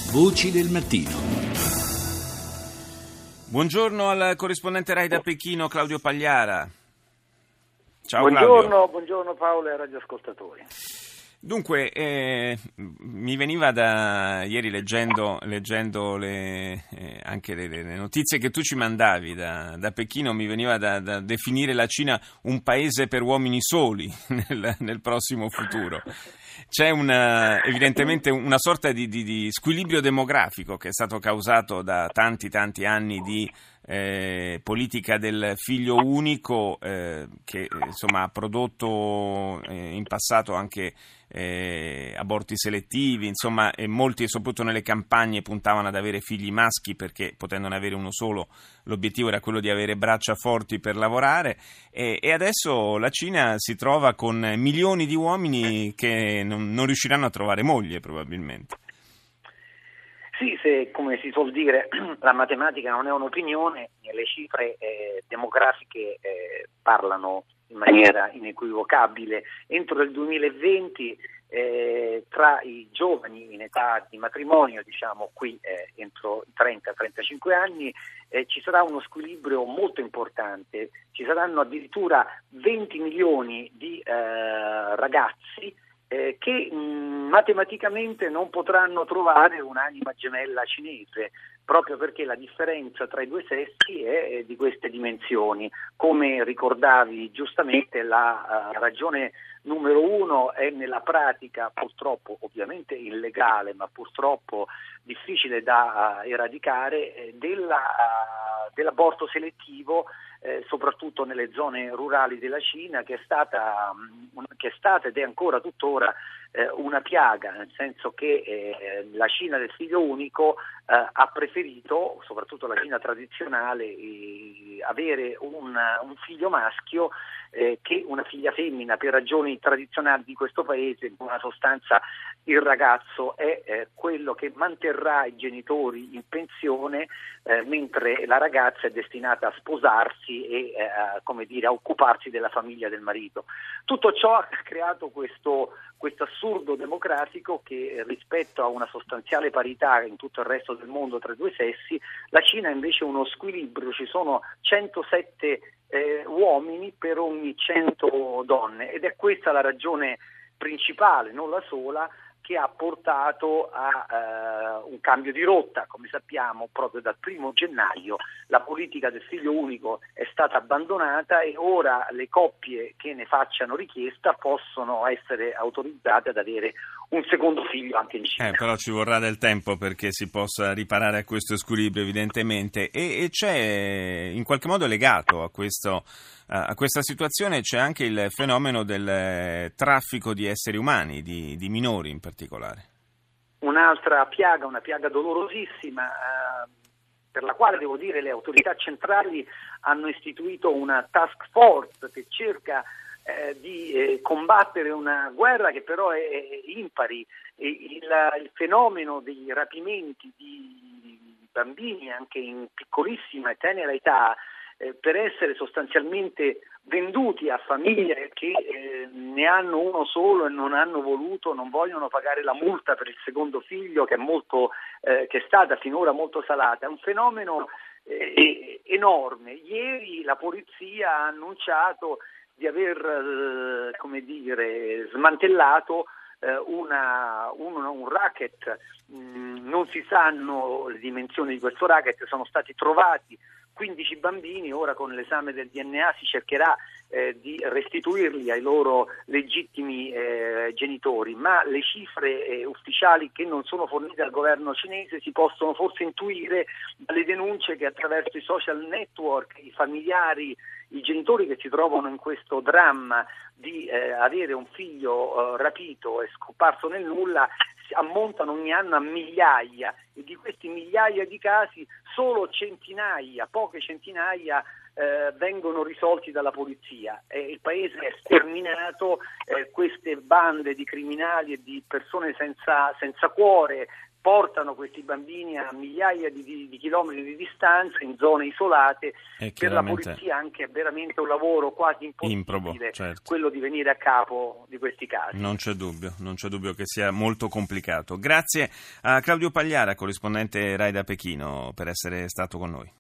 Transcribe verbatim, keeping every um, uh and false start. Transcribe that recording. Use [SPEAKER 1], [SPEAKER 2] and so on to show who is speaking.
[SPEAKER 1] Voci del mattino.
[SPEAKER 2] Buongiorno al corrispondente Rai da Pechino, Claudio Pagliara. Ciao
[SPEAKER 3] buongiorno,
[SPEAKER 2] Claudio.
[SPEAKER 3] Buongiorno Paolo e radioascoltatori.
[SPEAKER 2] Dunque, eh, mi veniva da ieri leggendo, leggendo le, eh, anche le, le notizie che tu ci mandavi da, da Pechino, mi veniva da, da definire la Cina un paese per uomini soli nel, nel prossimo futuro. C'è una, evidentemente una sorta di, di, di squilibrio demografico che è stato causato da tanti tanti anni di eh, politica del figlio unico eh, che insomma ha prodotto eh, in passato anche eh, aborti selettivi, insomma, e molti, soprattutto nelle campagne, puntavano ad avere figli maschi perché potendone avere uno solo l'obiettivo era quello di avere braccia forti per lavorare, e, e adesso la Cina si trova con milioni di uomini che non, non riusciranno a trovare moglie probabilmente.
[SPEAKER 3] Sì, se come si suol dire la matematica non è un'opinione, le cifre eh, demografiche eh, parlano in maniera inequivocabile. Entro il duemilaventi eh, tra i giovani in età di matrimonio, diciamo qui eh, entro i trenta trentacinque anni, eh, ci sarà uno squilibrio molto importante, ci saranno addirittura venti milioni di eh, ragazzi Eh, che mh, matematicamente non potranno trovare un'anima gemella cinese, proprio perché la differenza tra i due sessi è, è di queste dimensioni. Come ricordavi giustamente, la uh, ragione numero uno è nella pratica, purtroppo ovviamente illegale, ma purtroppo difficile da uh, eradicare, eh, della, uh, dell'aborto selettivo, eh, soprattutto nelle zone rurali della Cina, che è stata, um, che è stata ed è ancora tuttora eh, una piaga, nel senso che eh, la Cina del figlio unico eh, ha preferito, soprattutto la Cina tradizionale, eh, avere un, un figlio maschio eh, che una figlia femmina, per ragioni tradizionali di questo paese. In buona sostanza il ragazzo è eh, quello che manterrà i genitori in pensione, eh, mentre la ragazza è destinata a sposarsi e eh, a, come dire, a occuparsi della famiglia del marito. Tutto ciò ha creato questo questo assurdo democratico che, rispetto a una sostanziale parità in tutto il resto del mondo tra i due sessi, la Cina ha invece uno squilibrio. Ci sono centosette eh, uomini per ogni cento donne, ed è questa la ragione principale, non la sola, che ha portato a uh, un cambio di rotta. Come sappiamo, proprio dal primo gennaio la politica del figlio unico è stata abbandonata e ora le coppie che ne facciano richiesta possono essere autorizzate ad avere un secondo figlio anche in Cina.
[SPEAKER 2] Eh, però ci vorrà del tempo perché si possa riparare a questo squilibrio, evidentemente, e, e c'è, in qualche modo legato a questo a questa situazione, c'è anche il fenomeno del traffico di esseri umani, di, di minori in particolare.
[SPEAKER 3] Un'altra piaga, una piaga dolorosissima, eh, per la quale devo dire le autorità centrali hanno istituito una task force che cerca eh, di eh, combattere una guerra che però è, è impari. E il, il fenomeno dei rapimenti di bambini anche in piccolissima e tenera età, Eh, per essere sostanzialmente venduti a famiglie che eh, ne hanno uno solo e non hanno voluto, non vogliono pagare la multa per il secondo figlio, che è molto eh, che è stata finora molto salata. È un fenomeno eh, enorme. Ieri la polizia ha annunciato di aver eh, come dire smantellato eh, una, un, un racket. Mm, non si sanno le dimensioni di questo racket, sono stati trovati quindici bambini. Ora con l'esame del D N A si cercherà eh, di restituirli ai loro legittimi eh, genitori, ma le cifre eh, ufficiali che non sono fornite dal governo cinese si possono forse intuire dalle denunce che attraverso i social network i familiari, i genitori che si trovano in questo dramma di eh, avere un figlio eh, rapito e scomparso nel nulla ammontano ogni anno a migliaia, e di questi migliaia di casi solo centinaia, poche centinaia eh, vengono risolti dalla polizia. Eh, il paese è sterminato, eh, queste bande di criminali e di persone senza, senza cuore portano questi bambini a migliaia di, di, di chilometri di distanza in zone isolate.
[SPEAKER 2] E
[SPEAKER 3] per la polizia anche è veramente un lavoro quasi impossibile,
[SPEAKER 2] improbo, certo.
[SPEAKER 3] quello di venire a capo di questi casi.
[SPEAKER 2] Non c'è dubbio, non c'è dubbio che sia molto complicato. Grazie a Claudio Pagliara, corrispondente Rai da Pechino, per essere stato con noi.